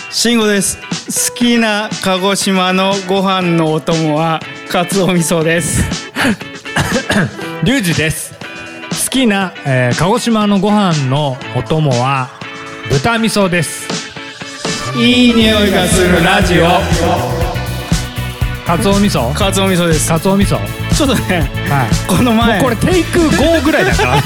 慎吾です。好きな鹿児島のご飯のお供はかつお味噌です。 リュウジです。好きな、鹿児島のご飯のお供は豚味噌です。 いい匂いがするラジオ。 かつお味噌？ かつお味噌です。 かつお味噌。 ちょっとね、 はい、 この前もうこれテイク5ぐらいだから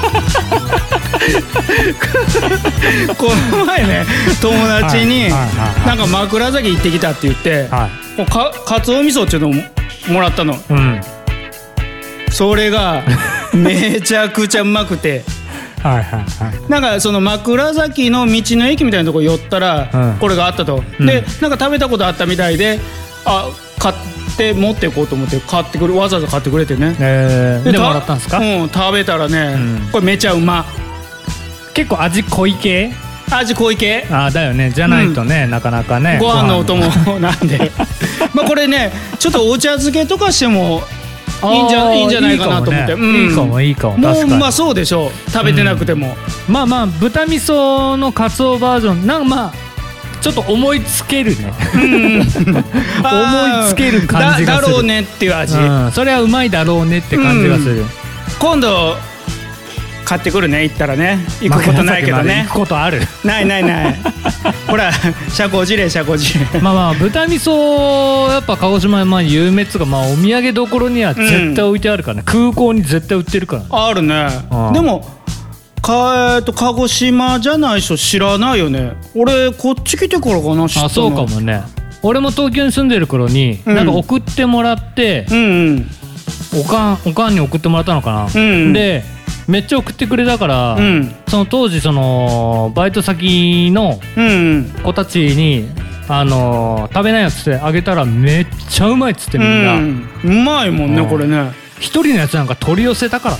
この前ね、友達になんか枕崎行ってきたって言って、はい、かつお味噌っていうのをもらったの、うん、それがめちゃくちゃうまくてはいはいはい、なんかその枕崎の道の駅みたいなとこ寄ったらこれがあったと、うん、でなんか食べたことあったみたいで、買って持っていこうと思ってわざわざ買ってくれてね、 でもらったんですか？ うん、食べたらね、うん、これめちゃうま。 結構味濃い系？ 味濃い系？ だよね、じゃないとね、うん、なかなかねご飯のお供なんでまあこれね、ちょっとお茶漬けとかしてもいいんじゃないかなと思って。 いいかも、いいかも。 もうまあそうでしょう、食べてなくても、 うん、まあ豚味噌のかつおバージョン、なんかまあちょっと思いつけるね思いつける感じがする。 だろうねっていう味、 うん、それはうまいだろうねって感じがする、うん、 今度買ってくるね、行ったらね。行くことないけどね。 行くことある？ ないほら、社交辞令まあ豚味噌やっぱ鹿児島は有名っつうか、まあお土産どころには絶対置いてあるからね、空港に絶対売ってるからね。 あるね、でも鹿児島じゃない人知らないよね。俺こっち来てからかな、知ったの。 そうかもね。俺も東京に住んでる頃に、なんか送ってもらって、おかんに送ってもらったのかな、でめっちゃ送ってくれたから、その当時そのバイト先の子たちに、食べないやつってあげたらめっちゃうまいっつって、みんな、 うまいもんね、これね。 一人のやつなんか取り寄せたからね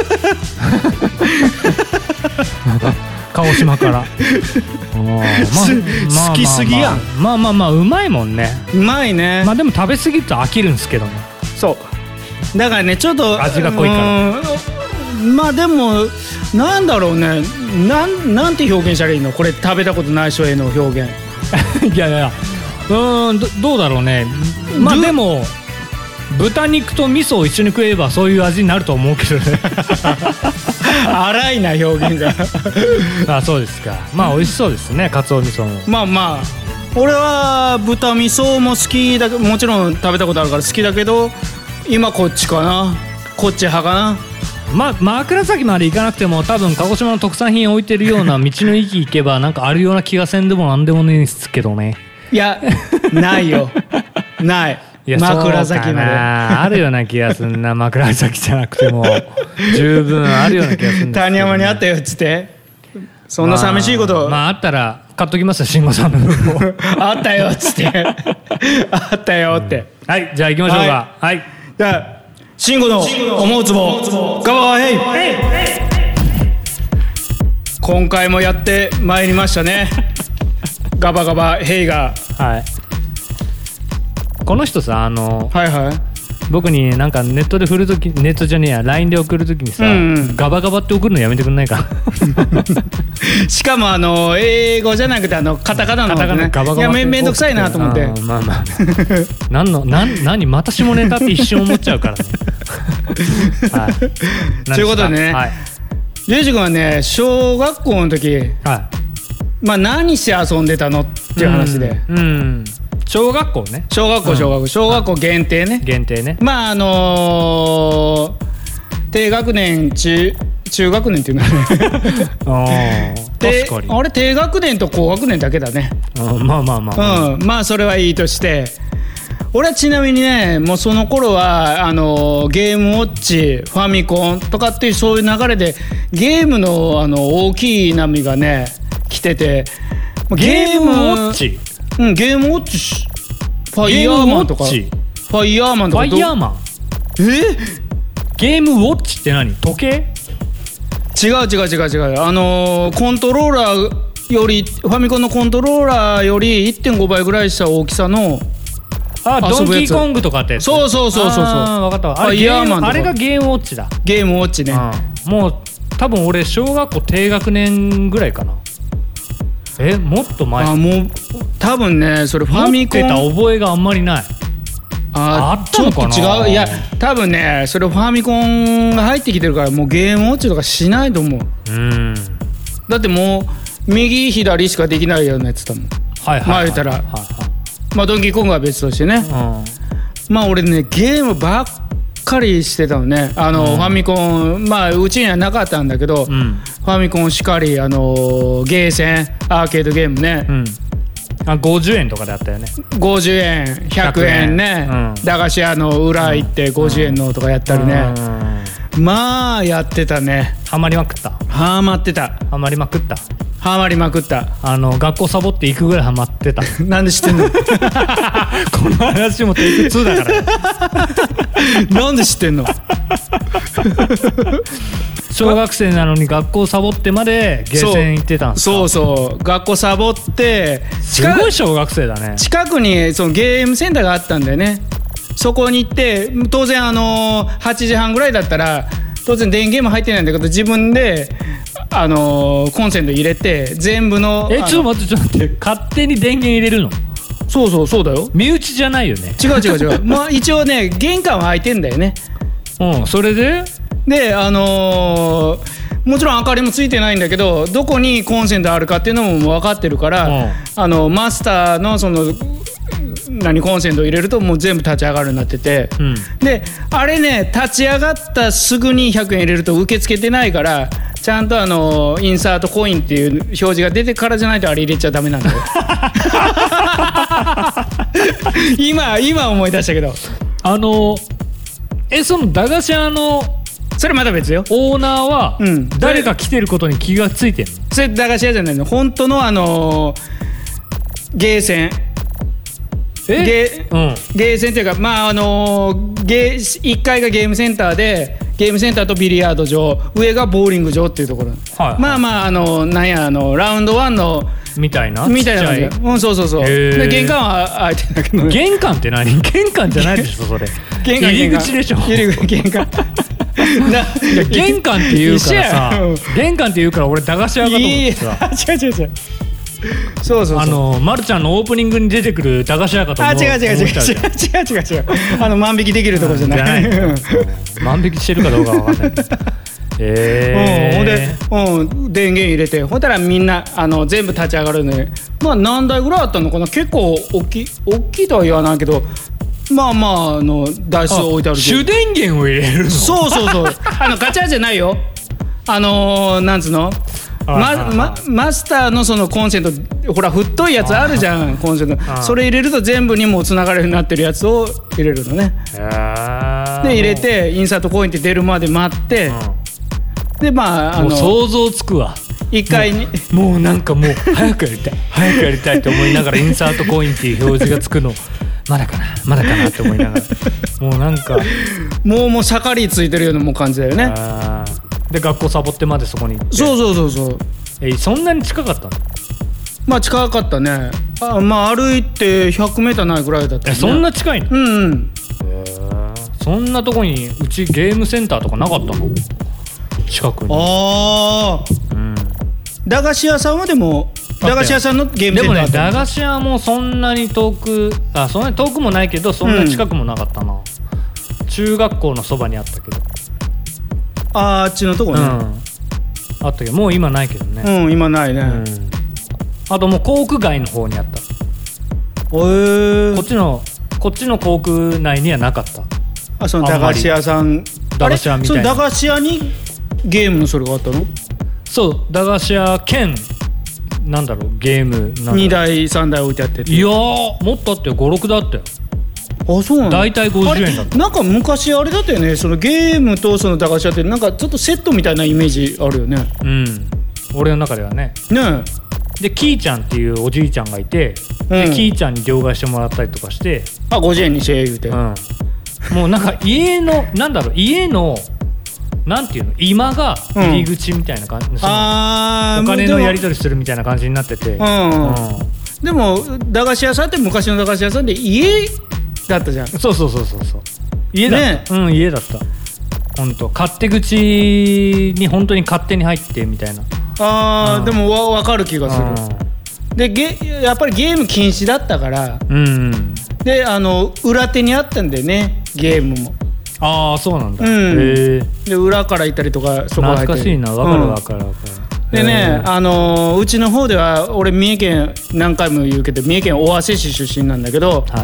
鹿児島から好きすぎやん。 まあうまいもんね。 うまいね。 まあでも食べ過ぎると飽きるんですけどね。 そうだからね、ちょっと味が濃いから。 まあでもなんだろうね、なんて表現したらいいの、これ食べたことない人への表現いやどうだろうね。まあでも豚肉と味噌を一緒に食えばそういう味になると思うけどね荒いな表現がそうですか。まあ美味しそうですね、かつお味噌も。まあ俺は豚味噌も好きだけど、もちろん食べたことあるから好きだけど、今こっちかな、こっち派かな。 まあ枕崎まで行かなくても多分鹿児島の特産品置いてるような道の駅行けばなんかあるような気がせんでもなんでもねえんですけどね。 いやないよない。枕崎まであるような気がすんな。枕崎じゃなくても十分あるような気がするんですけど、ね、 谷山にあったよっつって、そんな寂しいこと、 まああったら買っときますよ、慎吾さんの分もあったよっつってあったよって、 はい、じゃあ行きましょうか。はい、 じゃあ慎吾の思うつぼガバヘイ。今回もやってまいりましたねガバガバヘイが。はい、 この人さ、 はいはい、 僕になんかネットで振るとき、ネットじゃねえや LINE で送るときにさ、ガバガバって送るのやめてくんないかしかも英語じゃなくてカタカナの方ね。 ガバガバ、 いやめんどくさいなと思って。 まあ何また下ネタって一瞬思っちゃうからねはい、 ということでね、リュウジ君はね、小学校の時、まあ何して遊んでたのっていう話で、 小学校ね。 小学校限定ね。まあ低学年中学年っていうのはね確かにあれ低学年と高学年だけだね。まあそれはいいとして、俺はちなみにね、もうその頃はゲームウォッチ、ファミコンとかっていうそういう流れでゲームの大きい波がね来てて、 ゲームウォッチ、 ゲームウォッチ、ファイヤーマンとか、ファイヤーマン、 ゲームウォッチって何？時計？ 違うコントローラーより、ファミコンのコントローラーより 1.5 倍ぐらいした大きさのドンキーコングとかってやつ。 そう分かったわ。あれがゲームウォッチだ。 ゲームウォッチね。 もう多分俺小学校低学年ぐらいかな。 もっと前？ もう多分ねそれファミコン持ってた覚えがあんまりない。あったのかな。 ちょっと違う。いや多分ねそれファミコンが入ってきてるからもうゲームウォッチとかしないと思う。だってもう右左しかできないようなやつだもん。まあ言ったら、まあドンキーコングは別としてね、まあ俺ねゲームばっかりしてたのね。ファミコンまあうちにはなかったんだけど、ファミコンしかりゲーセンアーケードゲームね、 50円とかであったよね。 50円100円ね、駄菓子屋の裏行って50円のとかやったりね、まあやってたね。 ハマりまくった。 ハマってた。 ハマりまくった。 ハマりまくった。 学校サボって行くぐらいハマってた。 なんで知ってんの？この話もテイク2だからなんで知ってんの？ 小学生なのに学校サボってまでゲーセン行ってたんですか？ そう学校サボってすごい小学生だね。 近くにそのゲームセンターがあったんだよね。そこに行って当然8時半ぐらいだったら当然電源も入ってないんだけど自分でコンセント入れて全部のちょっと待って勝手に電源入れるの？ そうだよ。 身内じゃないよね。 違うまあ一応ね玄関は開いてんだよね。 それでもちろん明かりもついてないんだけどどこにコンセントあるかっていうのも分かってるから、マスターのそのコンセントを入れるともう全部立ち上がるようになってて、であれね立ち上がったすぐに100円入れると受け付けてないからちゃんとインサートコインっていう表示が出てからじゃないとあれ入れちゃダメなんだよ今思い出したけどその駄菓子屋のそれまた別よ。 オーナーは誰か来てることに気がついてんの？ それ駄菓子屋じゃないの。本当のゲーセンゲーセンっていうか1階がゲームセンターでゲームセンターとビリヤード場上がボーリング場っていうところ、なんやラウンド1のみたいな感じで、そうで玄関は開いてんだけど、ね、 玄関って何？玄関じゃないでしょそれ。入り口でしょ。玄関玄関って言うからさ玄関って言うから俺駄菓子屋かと思ってさ。 違うそうまるちゃんのオープニングに出てくる駄菓子屋かと思ってた。 違う万引きできるとこじゃない。 万引きしてるかどうかは分かんない。 電源入れてほたらみんな全部立ち上がるね。まあ何台ぐらいあったのかな。結構大きいとは言わないけどまあ台数置いてある。 主電源を入れるの？そうガチャじゃないよ。なんつうのマスターのそのコンセントほら太いやつあるじゃんコンセント。それ入れると全部にもうつながるようになってるやつを入れるのね。で入れてインサートコインって出るまで待って、でもう想像つくわ。 1階にもうなんかもう早くやりたいと思いながらインサートコインっていう表示がつくのまだかなって思いながらもうなんかもう盛りついてるようなもう感じだよね。 で学校サボってまでそこに行って。 そうそんなに近かったの？ まあ近かったね。歩いて100メーターないぐらいだった、ね。 そんな近いの？そんなとこにうちゲームセンターとかなかったの？近くに。 駄菓子屋さんはでも駄菓子屋さんのゲームセンターでもね駄菓子屋もそんなに遠くそんなに遠くもないけどそんなに近くもなかったな。中学校のそばにあったけど。 あっちのとこね、 あったけどもう今ないけどね。 今ないね、 あともう航空街の方にあった。こっちの航空内にはなかった。 その駄菓子屋さん駄菓子屋みたいな。 その駄菓子屋にゲームのそれがあったの？ そう駄菓子屋兼ゲーム 2台3台置いてあって。 いやもっとあったよ。5、6だったよ。 そうなんだ。 大体50円だった。 なんか昔あれだったよね。そのゲームとその駄菓子屋ってなんかちょっとセットみたいなイメージあるよね。 俺の中ではね。でキーちゃんっていうおじいちゃんがいて、でキーちゃんに両替してもらったりとかして、 50円にして言うて、 もうなんか家のなんていうの今が入り口みたいな感じ、お金のやり取りするみたいな感じになってて、 でも駄菓子屋さんって昔の駄菓子屋さんで家だったじゃん。 そう家だった、家だった。本当勝手口に本当に勝手に入ってみたいな。 でも分かる気がする。 でやっぱりゲーム禁止だったから、うん、で裏手にあったんだよねゲームも。 ああそうなんだ、うん、 で裏から行ったりとかそこ入って懐かしいな。分かる分かる分かる、でねうちの方では俺三重県何回も言うけど三重県尾鷲市出身なんだけど、はい、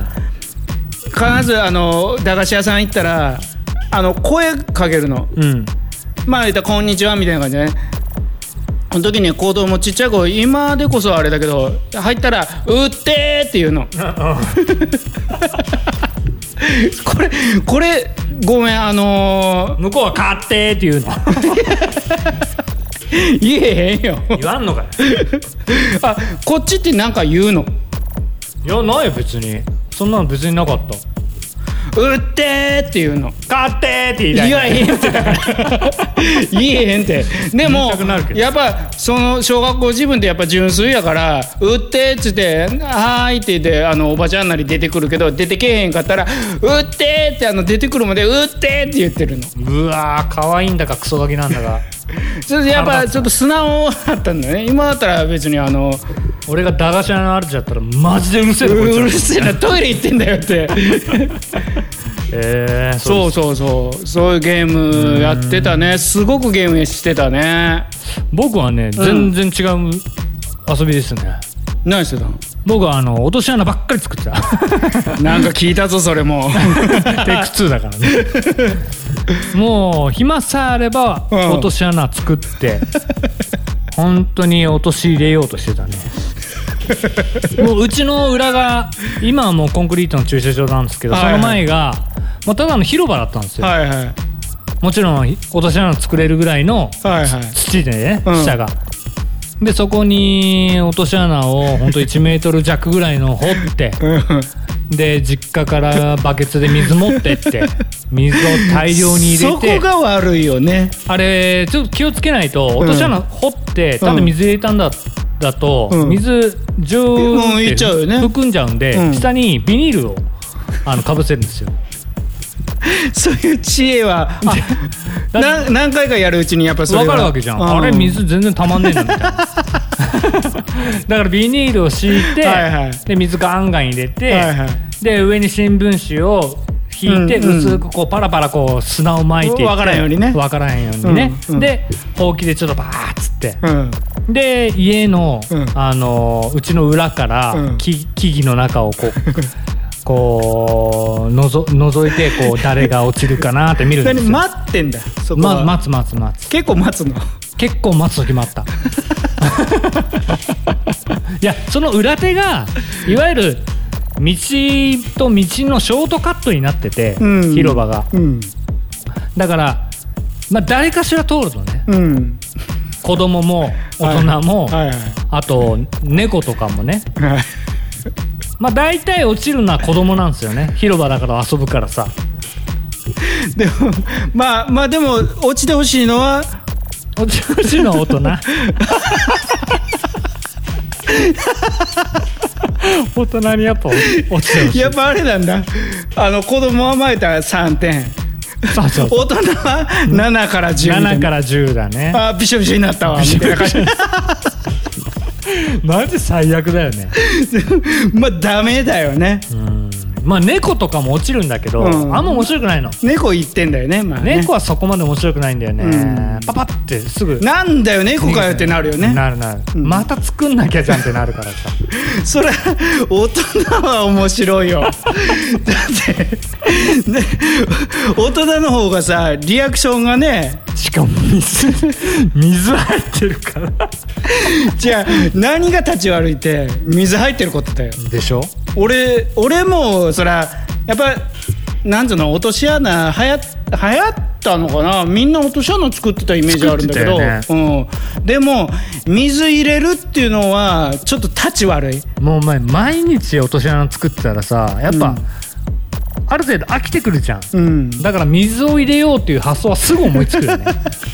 必ず駄菓子屋さん行ったら声かけるの、うん、まあ言ったらこんにちはみたいな感じでね。その時に子供ちっちゃい子今でこそあれだけど入ったら売ってって言うのこれごめん向こうは買ってって言うの言えへんよ。 言わんのかよあこっちってなんか言うの？ いやないよ別に。そんなの別になかった。 売ってって言うの。 買ってって言いたい。 言わへんって言えへんって。でもやっぱその小学校自分でやっぱ純粋やから売ってっつってはーいって言っておばちゃんなり出てくるけど出てけへんかったら売ってって出てくるまで売ってって言ってるの。 うわー可愛いんだかクソガキなんだかそれでやっぱちょっと素直だったんだよね。今だったら別に俺が駄菓子屋の主だったらマジでうるせえなこいつ。 うるせえなトイレ行ってんだよってそういうゲームやってたね。すごくゲームしてたね。 僕はね、全然違う遊びですね。 何してたの？ 僕は落とし穴ばっかり作ってたなんか聞いたぞそれもテイク2だからねもう暇さえあれば落とし穴作って本当に落とし入れようとしてたねもううちの裏が今はもうコンクリートの駐車場なんですけど、はいはい、その前がもうただの広場だったんですよ、はいはい、もちろん落とし穴作れるぐらいの土でね、はいはい、下が、でそこに落とし穴をほんと1メートル弱ぐらいの掘ってで実家からバケツで水持ってって水を大量に入れてそこが悪いよね。 あれちょっと気をつけないと落とし穴掘ってただ水入れたんだと水ジューって含んじゃうんで下にビニールをかぶせるんですよそういう知恵は何回かやるうちにやっぱりそれは分かるわけじゃん。あれ水全然たまんねえんだみたいなだからビニールを敷いて、はいはい、で水ガンガン入れて、はいはい、で上に新聞紙を引いて、薄くこうパラパラこう砂を巻いていって分からんようにねでほうきでちょっとバーッつって、で家の、うちの裏から、木々の中をこう覗いてこう誰が落ちるかなって見るんですよ待ってんだそこは。 待つ結構待つの。 結構待つ時もあったいやその裏手がいわゆる道と道のショートカットになってて、広場が、だからまあ誰かしら通るのね、子供も大人も、あと猫とかもね、まあ大体落ちるのは子供なんですよね。広場だから遊ぶからさ。 でもまあでも落ちてほしいのは大人大人にやっぱ落ちてほしい。 やっぱあれなんだ。子供甘えたら3点そう大人は7から10 7から10だね。 びしょびしょになったわみたいな感じマジ最悪だよねまあダメだよね。 まあ猫とかも落ちるんだけど、あんま面白くないの。 猫言ってんだよね、まあね。 猫はそこまで面白くないんだよね、パパってすぐなんだよ猫かよってなるよね。 なる、また作んなきゃじゃんってなるからさそれ大人は面白いよだって、ね、大人の方がさリアクションがね、 しかも水入ってるからじゃあ何が立ち悪いって水入ってることだよ。 でしょ。俺もそらやっぱなんつうの落とし穴流行ったのかな。みんな落とし穴作ってたイメージあるんだけど、でも水入れるっていうのはちょっと立ち悪い。 もう毎日落とし穴作ってたらさやっぱ、ある程度飽きてくるじゃん、だから水を入れようっていう発想はすぐ思いつくよね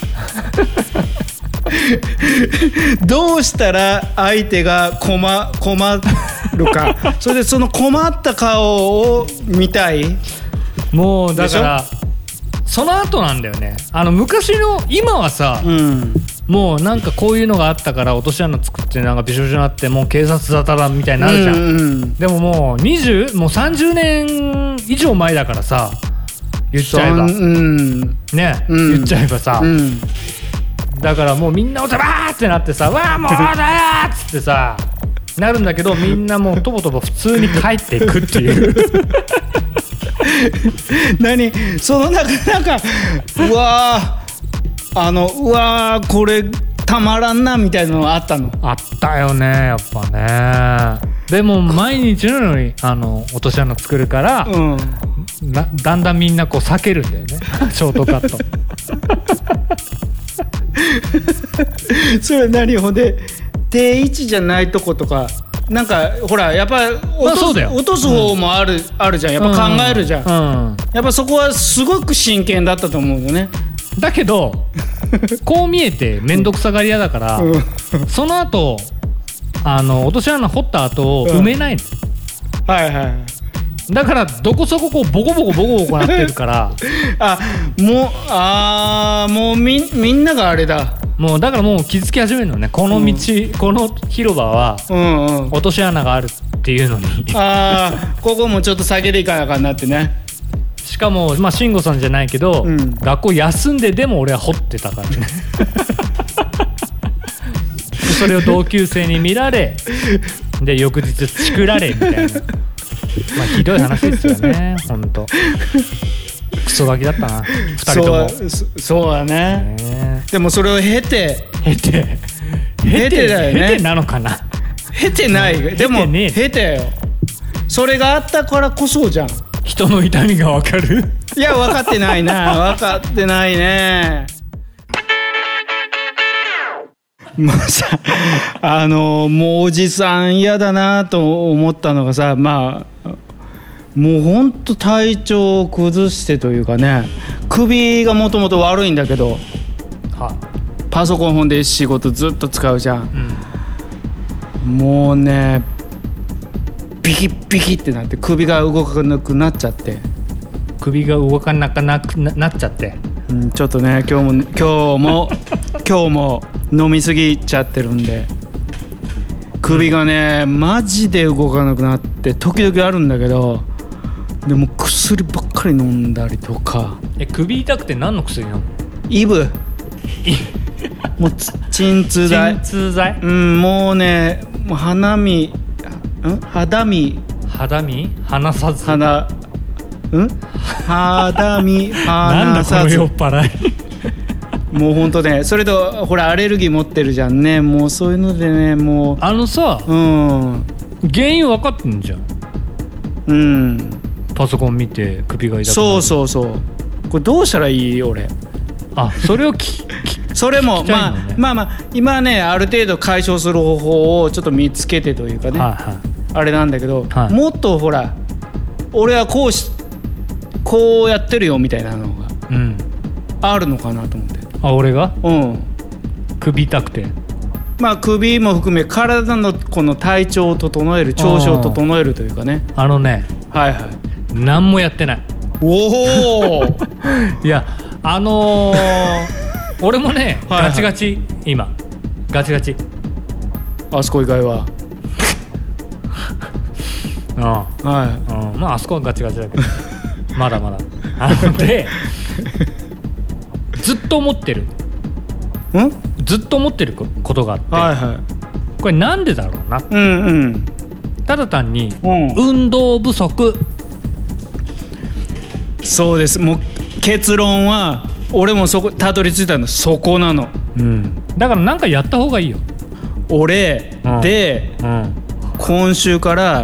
どうしたら相手が困るかそれでその困った顔を見たい。 もうだからその後なんだよね。昔の今はさ、 もうなんかこういうのがあったから落とし穴作ってなんかびしょびしょになってもう警察沙汰だみたいになるじゃん、うんうん、でももう30年以上前だからさ言っちゃえば、ね、言っちゃえばさ、だからもうみんなおたばーってなってさわーもうだーっつってさなるんだけどみんなもうとぼとぼ普通に帰っていくっていう何そのなんかうわーこれたまらんなみたいなのあったの？ あったよねやっぱね。でも毎日のように落とし穴作るから、だんだんみんなこう避けるんだよねショートカットそれ何ほんで定位置じゃないとことかなんかほらやっぱ落とす方もあるじゃんやっぱ考えるじゃん、やっぱそこはすごく真剣だったと思うよね。 だけどこう見えて面倒くさがり屋だから、その後落とし穴掘った後を埋めないの、 はいはい。 だからどこそここうボコボコなってるからもうみんながあれだ。 もうだからもう気づき始めるのねこの道、この広場は落とし穴があるっていうのにここもちょっと下げていかなあかんなってね。 しかも慎吾さんじゃないけど、学校休んででも俺は掘ってたからねそれを同級生に見られで翌日チクられみたいなひどい話ですよねほんとクソガキだったな2人とも。 そうだね。でもそれを経てだよね。 経てなのかな。 経てないでも経てよ。それがあったからこそじゃん。 人の痛みが分かる。 いや分かってないな分かってないね。もうさもうおじさん嫌だなと思ったのがさもうほんと体調を崩してというかね首がもともと悪いんだけど、パソコン本で仕事ずっと使うじゃん、もうねビキッビキってなって首が動かなくなっちゃって首が動かなくなっちゃって、 ちょっとね今日も飲みすぎちゃってるんで首がねマジで動かなくなって時々あるんだけどでも薬ばっかり飲んだりとか。 首痛くて何の薬飲むの？ イブもう鎮痛剤もうねもう肌身離さず肌身離さずなんだこの酔っ払いもうほんとねそれとほらアレルギー持ってるじゃんね。もうそういうのでねもう原因分かってんじゃん。パソコン見て首が痛くなる。 そうこれどうしたらいい俺。 それをそれも、ね、まあ今ねある程度解消する方法をちょっと見つけてというかね、あれなんだけど、もっとほら俺はこうやってるよみたいなのがあるのかなと思って。 俺が首痛くて首も含め体のこの体調を整える調子を整えるというかね。何もやってない。いや俺もねガチガチ今ガチガチあそこ以外はあそこはガチガチだけどまだまだでずっと思ってることがあって、これなんでだろうな、ただ単に、運動不足。 そうです。もう結論は俺もそこたどり着いたのそこなの、 だからなんかやった方がいいよ俺、で、今週から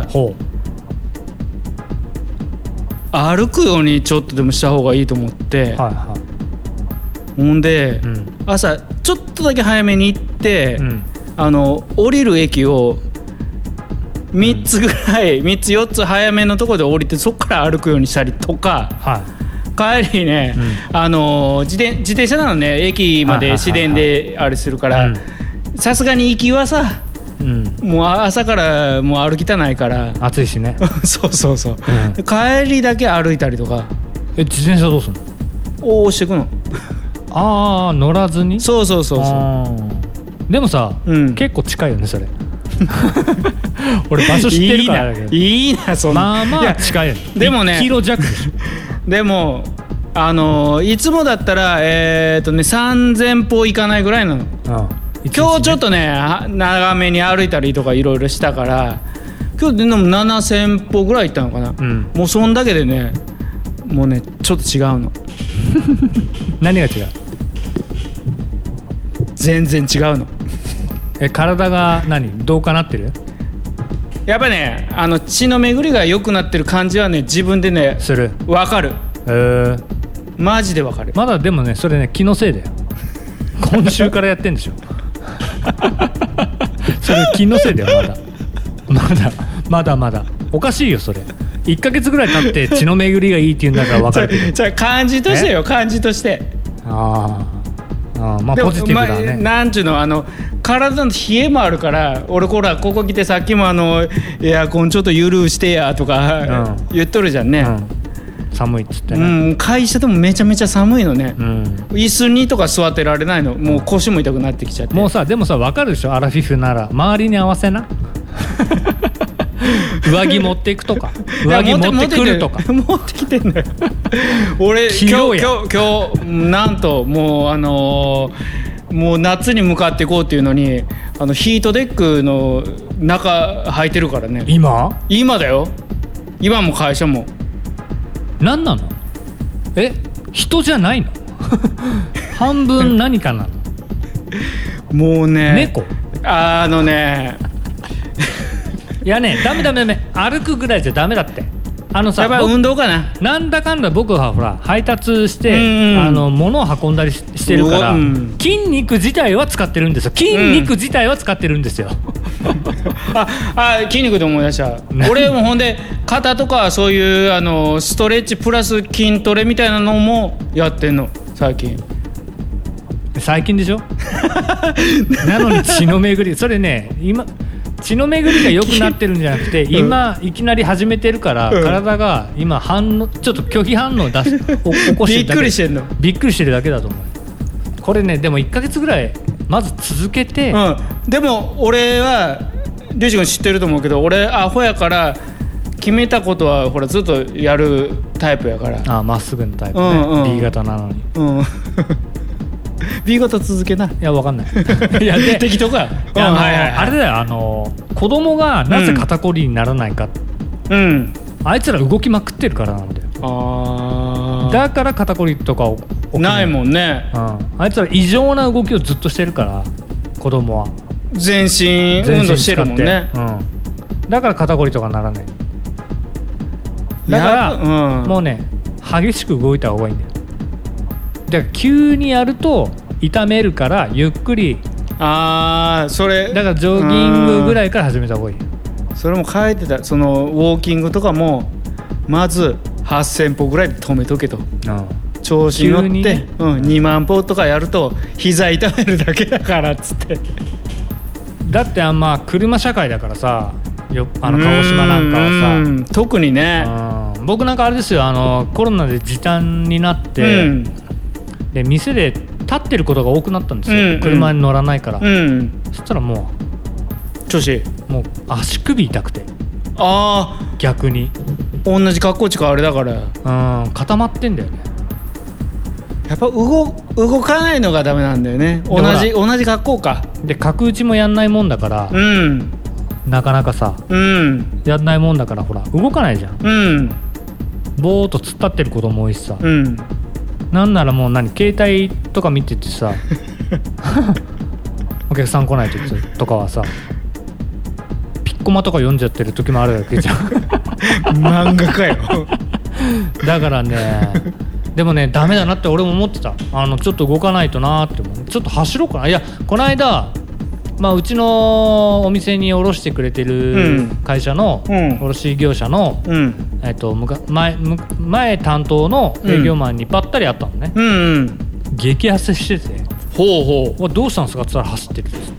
歩くようにちょっとでもした方がいいと思って、ほんで、朝ちょっとだけ早めに行って、降りる駅を3つぐらい、3つ4つ早めのところで降りてそこから歩くようにしたりとか、帰りね、自転車なのね駅まで市電であれするからさすがに行きはさ、もう朝からもう歩きたないから暑いしねそう、帰りだけ歩いたりとか。 自転車どうすんの？ 押してくのああ乗らずに。 そうそうそうそう。 でもさ、結構近いよねそれ。俺場所知ってるからだけど。 いいなそんな。 まあまあ近いよね。 でもね 1キロ弱でしょ。 でもいつもだったら3000歩いかないぐらいなの。今日ちょっとね長めに歩いたりとかいろいろしたから今日でも7000歩ぐらい行ったのかな、もうそんだけでねもうねちょっと違うの。 何が違う？ 全然違うの。 体がどうかなってる？ やっぱね血の巡りが良くなってる感じはね自分でねする。 分かる。マジで分かる。 まだでもねそれね気のせいだよ。今週からやってんでしょ。それ気のせいだよ。まだおかしいよそれ。1ヶ月ぐらい経って血の巡りがいいって言うんだから分かるけど。 じゃあ感じとしてよ。感じとして。 まあポジティブだね。 なんちゅうの体の冷えもあるから俺ここ来てさっきもエアコンちょっとゆるしてやとか、言っとるじゃんね、 寒いっつってね、 会社でもめちゃめちゃ寒いのね、椅子にとか座ってられないの。もう腰も痛くなってきちゃって。 もうさでもさ分かるでしょ。アラフィフなら周りに合わせな。上着持っていくとか上着持ってくるとか持ってきてんだよ。俺今日なんともう夏に向かっていこうっていうのにヒートデックの中履いてるからね。今だよ。今も会社も。 何なの？人じゃないの？半分何かなの？ もうね猫？いやねダメ歩くぐらいじゃダメだって。 やっぱり運動かな。 なんだかんだ僕はほら配達して、物を運んだりしてるから、筋肉自体は使ってるんですよ。筋肉で思い出した。俺もほんで肩とかそういうストレッチプラス筋トレみたいなのもやってんの最近でしょ。なのに血の巡りそれね今血の巡りが良くなってるんじゃなくて、今いきなり始めてるから、体が今ちょっと拒否反応を起こしてるだけ。びっくりしてるだけだと思う。これねでも1ヶ月ぐらいまず続けて、 でも俺はリュウジ君知ってると思うけど俺アホやから決めたことはほらずっとやるタイプやから。 まっすぐのタイプね、B 型なのに。 B 型続けな。 いや分かんない。 いや適当か。 あれだよ子供がなぜ肩こりにならないか、あいつら動きまくってるからなんだよ。だから肩こりとか起きないもんね。 あいつら異常な動きをずっとしてるから子供は全身運動してるもんね。 だから肩こりとかならない。だから、もうね激しく動いた方がいいんだよ。だから急にやると痛めるからゆっくり。それだからジョギングぐらいから始めた方がいい。 それも書いてた。ウォーキングとかもまず8000歩ぐらいで止めとけと、調子に乗って、2万歩とかやると膝痛めるだけだからっつって。 だって車社会だからさ鹿児島なんかはさ特にね。 僕なんかあれですよコロナで時短になって、で店で立ってることが多くなったんですよ、車に乗らないから、そしたらもう調子もう足首痛くて。逆に同じ格好地かあれだから固まってんだよね。 やっぱ動かないのがダメなんだよね。同じ格好かで角打ちもやんないもんだから、なかなかさ、やんないもんだからほら動かないじゃん、ぼーっと突っ立ってることも多いしさ、なんならもう携帯とか見ててさお客さん来ない時とかはさピッコマとか読んじゃってる時もあるわけじゃん。 漫画かよ。 だからねでもねダメだなって俺も思ってた。ちょっと動かないとなって思う。ちょっと走ろうかな。いやこの間うちのお店に卸してくれてる会社の卸業者の、前担当の営業マンにばったり会ったのね、激痩せしてて、どうしたんですかって言ったら走ってるっつって、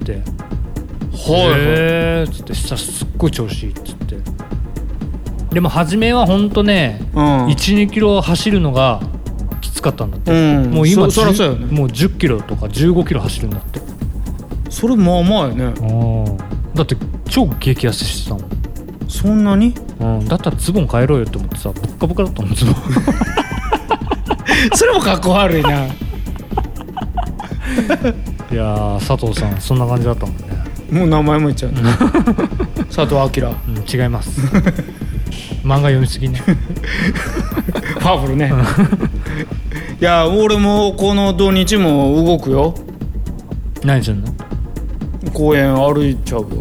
へーっつってしたらすっごい調子いいっつって。でも初めはほんとね、12キロ走るのがきつ使ったんだって、もう今そらそうよ、ね、もう10キロとか15キロ走るんだって。 それまあまあやね。 だって超激痩せしてたもん。 そんなに、 だったらズボン変えろよって思ってさ、ボッカボカだったもんズボンそれもかっこ悪いな。いや佐藤さんそんな感じだったもんね。 もう名前も言っちゃう、ね、佐藤明、 違います漫画読みすぎねパワフルねいや俺もこの土日も動くよ。 何するの？ 公園歩いちゃうよ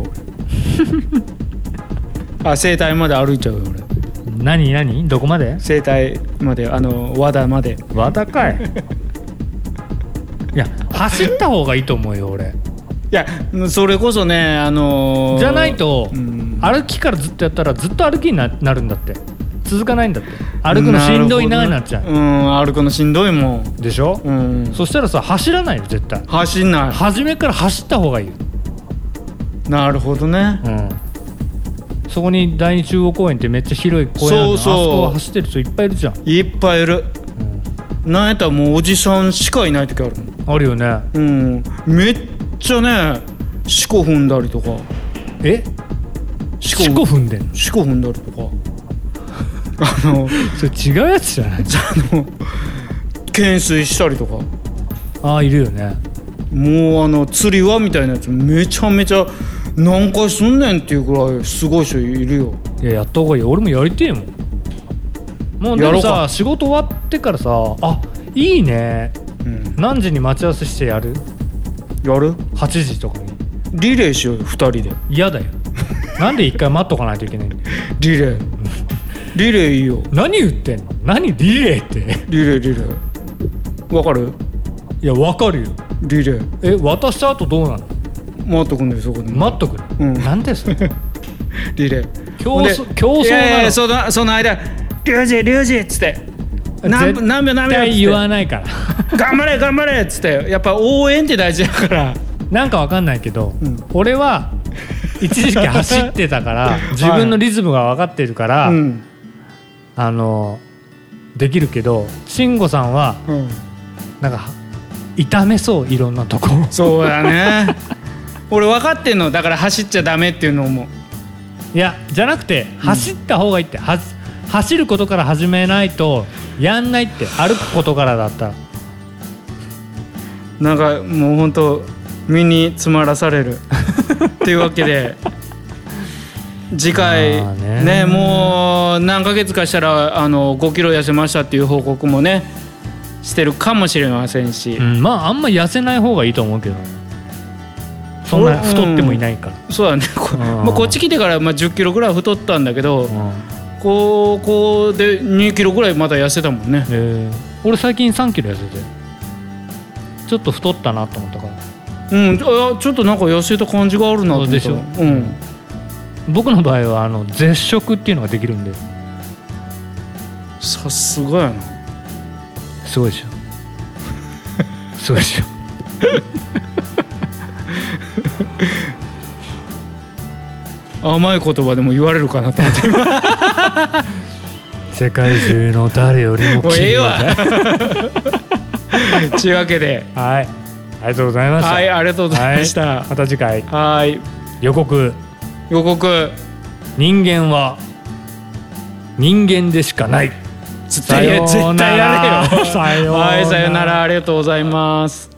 俺整体まで歩いちゃうよ俺。 何どこまで？整体まで、和田まで。 和田かいいや走った方がいいと思うよ俺。 いやそれこそねじゃないと、歩きからずっとやったらずっと歩きになるんだって。続かないんだって。歩くのしんどいなになっちゃう。 歩くのしんどいもんでしょ、そしたらさ走らないよ絶対。 走んない。 初めから走った方がいいよ。 なるほどね、 そこに第二中央公園ってめっちゃ広い公園あるの。あそこ走ってる人いっぱいいるじゃん。 いっぱいいる、なんやったらもうおじさんしかいない時あるもん。 あるよね。 めっちゃね四股踏んだりとか。 四股踏んでんの？ 四股踏んだりとかそれ違うやつじゃない？ 懸垂したりとか。 いるよね。 もう釣り輪みたいなやつめちゃめちゃ何回すんねんっていうぐらいすごい人いるよ。 いややった方がいい。俺もやりてえもん。もうでもさ仕事終わってからさいいね、何時に待ち合わせしてやる？8時とかにリレーしようよ2人で。 嫌だよなんで一回待っとかないといけないんだよリレーいいよ。 何言ってんの？何リレーってリレーわかる？ いやわかるよ。 リレー渡した後どうなの？ 待っとくんだよそこで。 待っとくの？なんでそれリレー競争なの？ その間リュウジっつって何秒絶対言わないから頑張れっつって。やっぱ応援って大事だから。 なんかわかんないけど、俺は一時期走ってたから自分のリズムが分かってるから、できるけど慎吾さんは、なんか痛めそう、いろんなとこ。 そうだね俺分かってんのだから走っちゃダメっていうのも。 いやじゃなくて走った方がいいって。走ることから始めないとやんないって。歩くことからだったらなんかもうほんと身に詰まらされるっていうわけで次回ねもう何ヶ月かしたら5キロ痩せましたっていう報告もねしてるかもしれませんし、 まああんま痩せない方がいいと思うけどね。そんな太ってもいないから。 そうだねこっち来てから10キロぐらい太ったんだけど、ここで2キロぐらいまだ痩せたもんね。 俺最近3キロ痩せてちょっと太ったなと思ったから。 ちょっとなんか痩せた感じがあるなと思った。でしょ、 僕の場合は絶食っていうのができるんで。 さすがやな。 すごいでしょすごいでしょ甘い言葉でも言われるかなと思って世界中の誰よりももうええわというわけで、 はい、ありがとうございました。 はい、ありがとうございました。 また次回。 はい。 予告。 人間は人間でしかない。 絶対やれよ。はい、さよなら。ありがとうございます。